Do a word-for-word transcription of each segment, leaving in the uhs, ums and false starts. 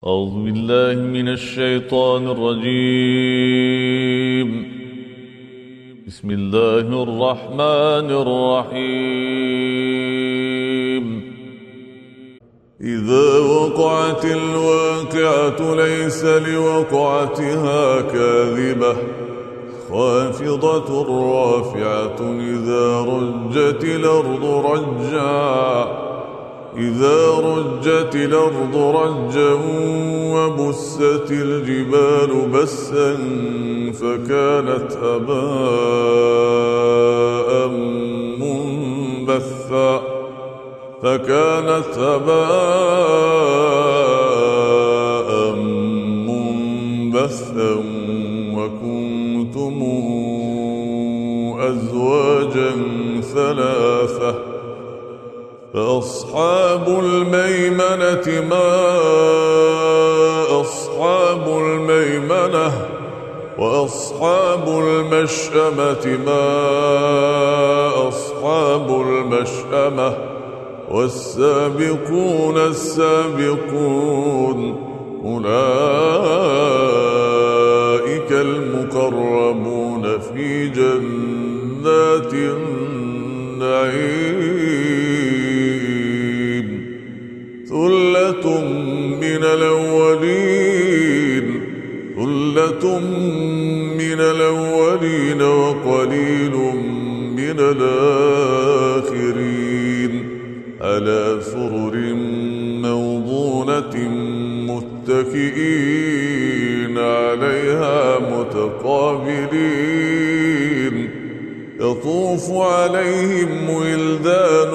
أعوذ بالله من الشيطان الرجيم. بسم الله الرحمن الرحيم. إذا وقعت الواقعة ليس لوقعتها كاذبة خافضة رافعة إذا رجت الأرض رجا إذا رجت الأرض رجا وبست الجبال بسا فكانت هباء منبثا فكانت هباء منبثا وكنتم أزواجا ثلاثة فأصحاب الميمنة ما أصحاب الميمنة وأصحاب المشأمة ما أصحاب المشأمة والسابقون السابقون أولئك المقربون في جنات النعيم ثلة من الأولين ثلة من الأولين وقليل من الآخرين على سرر موضونة متكئين عليها متقابلين يطوف عليهم ولدان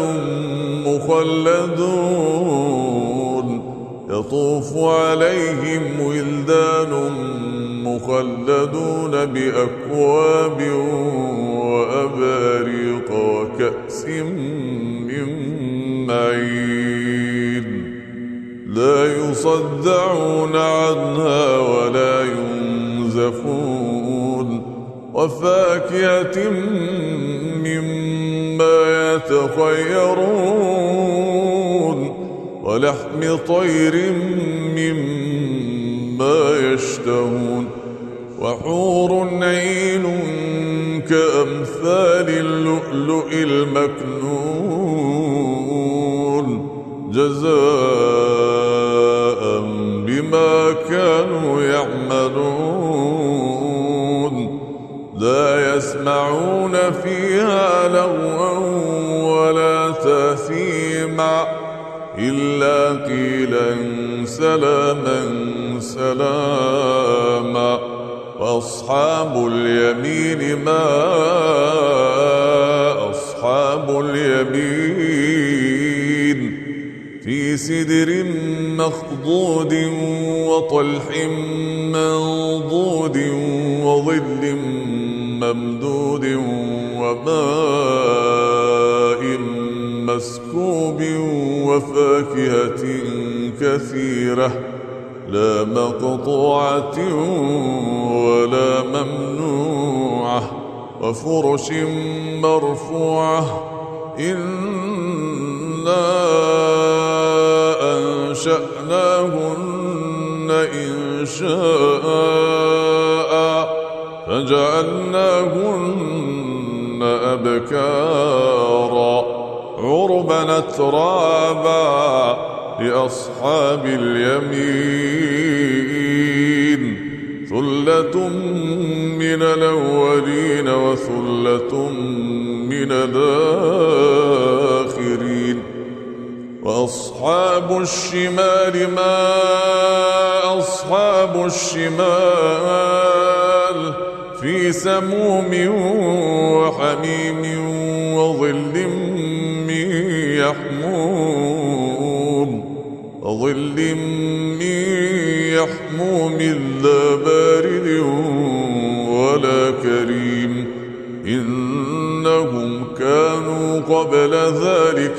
مخلدون يطوف عليهم ولدان مخلدون بأكواب وأباريق وكأس من معين لا يصدعون عنها ولا ينزفون وفاكهة مما يتخيرون ولحم طير مما يشتهون وحور عين كأمثال اللؤلؤ المكنون جزاء بما كانوا يعملون لا يسمعون فيها لغوا ولا تأثيما إلا قيلا سلاما سلاما وأصحاب اليمين ما أصحاب اليمين في سدر مخضود وطلح منضود وظل ممدود وماء مسكوب وفاكهة كثيرة لا مقطوعة ولا ممنوعة وفرش مرفوعة إنا أنشأناهن إنشاء فجعلناهن أبكارا عربا أترابا لأصحاب اليمين ثلة من الأولين وثلة من الآخرين وأصحاب الشمال ما أصحاب الشمال في سموم وحميم وظل من يحموم وظل من يحموم لا بارد ولا كريم إنهم كانوا قبل ذلك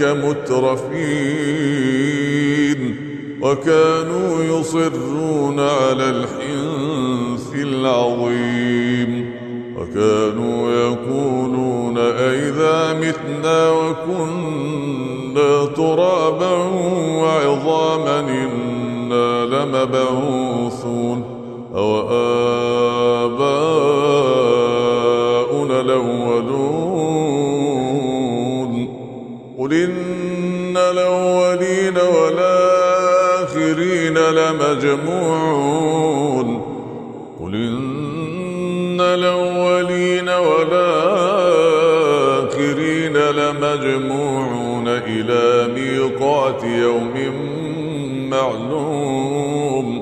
مترفين وكانوا يصرون على الحنث العظيم وكانوا يقولون أئذا متنا وكنا ترابا وعظاما إنا لمبعوثون أو آباؤنا الأولون قل إن الأولين والآخرين لمجموعون قل إن الأولين والآخرين لمجموعون إلى ميقات يوم معلوم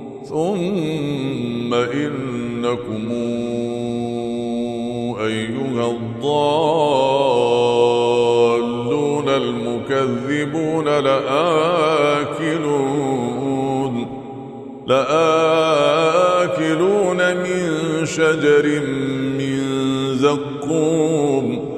ثم إنكم أيها الضالون المكذبون لآكلون لآكلون من شجر من زقوم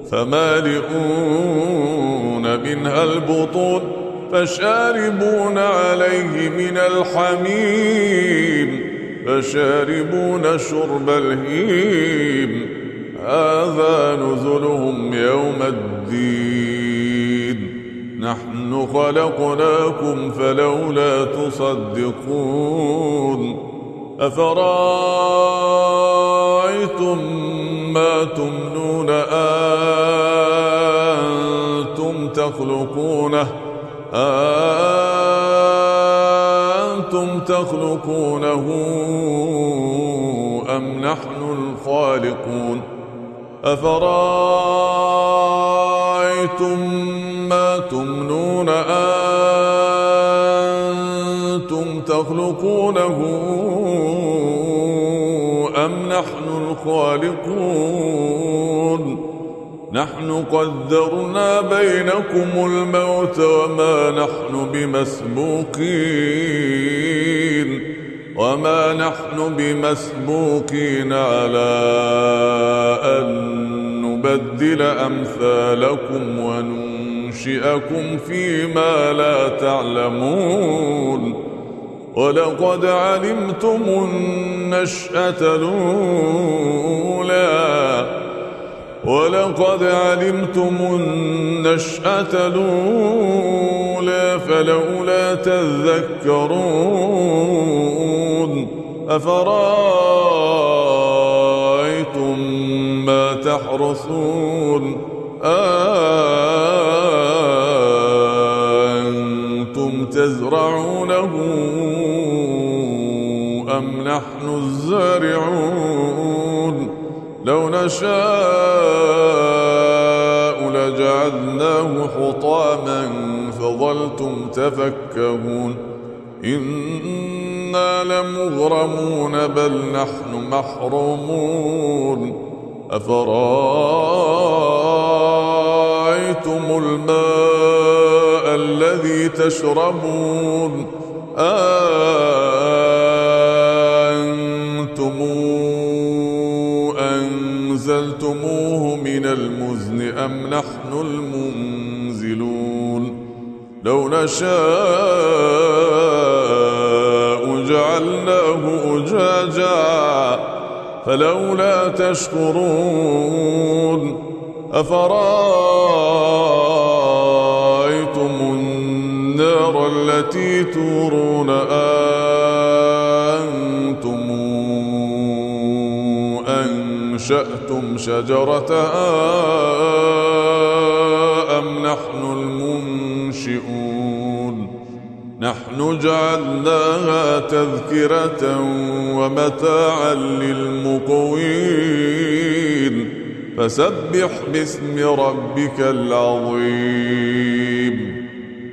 فمالئون منها البطون فشاربون عليه من الحميم فشاربون شرب الهيم هذا نزلهم يوم الدين نحن خلقناكم فلولا تصدقون أفرأيتم ما تمنون أنتم تخلقونه أنتم تخلقونه أم نحن الخالقون أفرأيتم ما تمنون أنتم تخلقونه أم نحن الخالقون نحن قدرنا بينكم الموت وما نحن بمسبوقين وما نحن بمسبوقين على أن نبدل أمثالكم وننشئكم فيما لا تعلمون ولقد علمتم النشأة الأولى ولقد علمتم النشأة الأولى فلولا تذكرون أفرأيتم ما تحرثون أأنتم تزرعونه أم نحن الزارعون لو نشاء لجعلناه حطاما فظلتم تفكهون إنا لمغرمون بل نحن محرومون أفرأيتم الماء الذي تشربون أأنتم أنزلتموه من المزن أم نحن المنزلون لو نشاء جعلناه أجاجا فلولا تشكرون أفرأيتم النار التي تورون أنتم أنشأتم شجرتها أم نحن المنشئون نحن جعلناها تذكرة ومتاعا للمقوين فسبح باسم ربك العظيم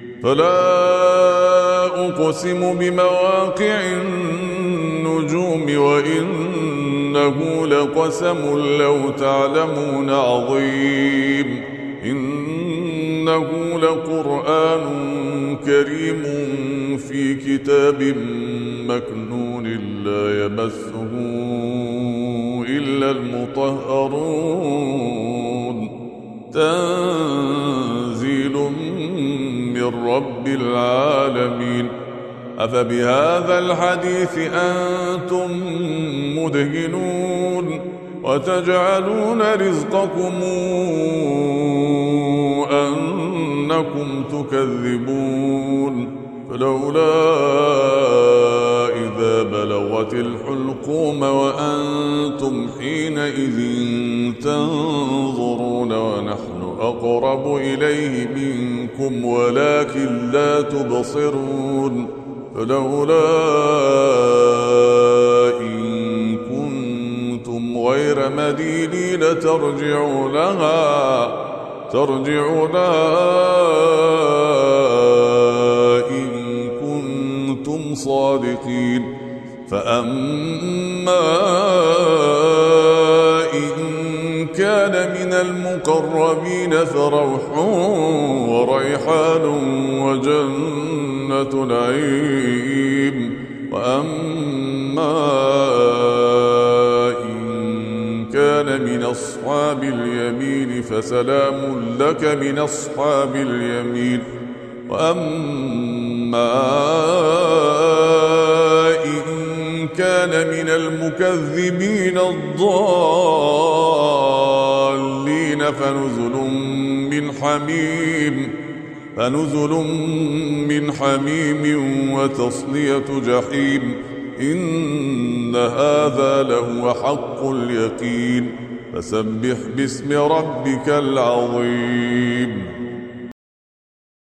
فلا أقسم بمواقع النجوم وإنه لقسم لو تعلمون عظيم إنه لقرآن كريم في كتاب مكنون لا يمسه إلا المطهرون تنزيل من رب العالمين أفبهذا الحديث أنتم مدهنون وتجعلون رزقكم أنكم تكذبون فلولا إذا بلغت الحلقوم وأنتم حينئذ تنظرون ونحن أقرب إليه منكم ولكن لا تبصرون فلولا إن كنتم غير مدينين ترجعونها ترجعونها إن كنتم صادقين فأما إن كان من المقربين فروح وريحان وجنة نعيم وأما إن كان من أصحاب اليمين فسلام لك من أصحاب اليمين وأما إن كان من المكذبين الضالين فنزل من حميم فنزل من حميم وتصلية جحيم إن هذا لهو حق اليقين فسبح باسم ربك العظيم.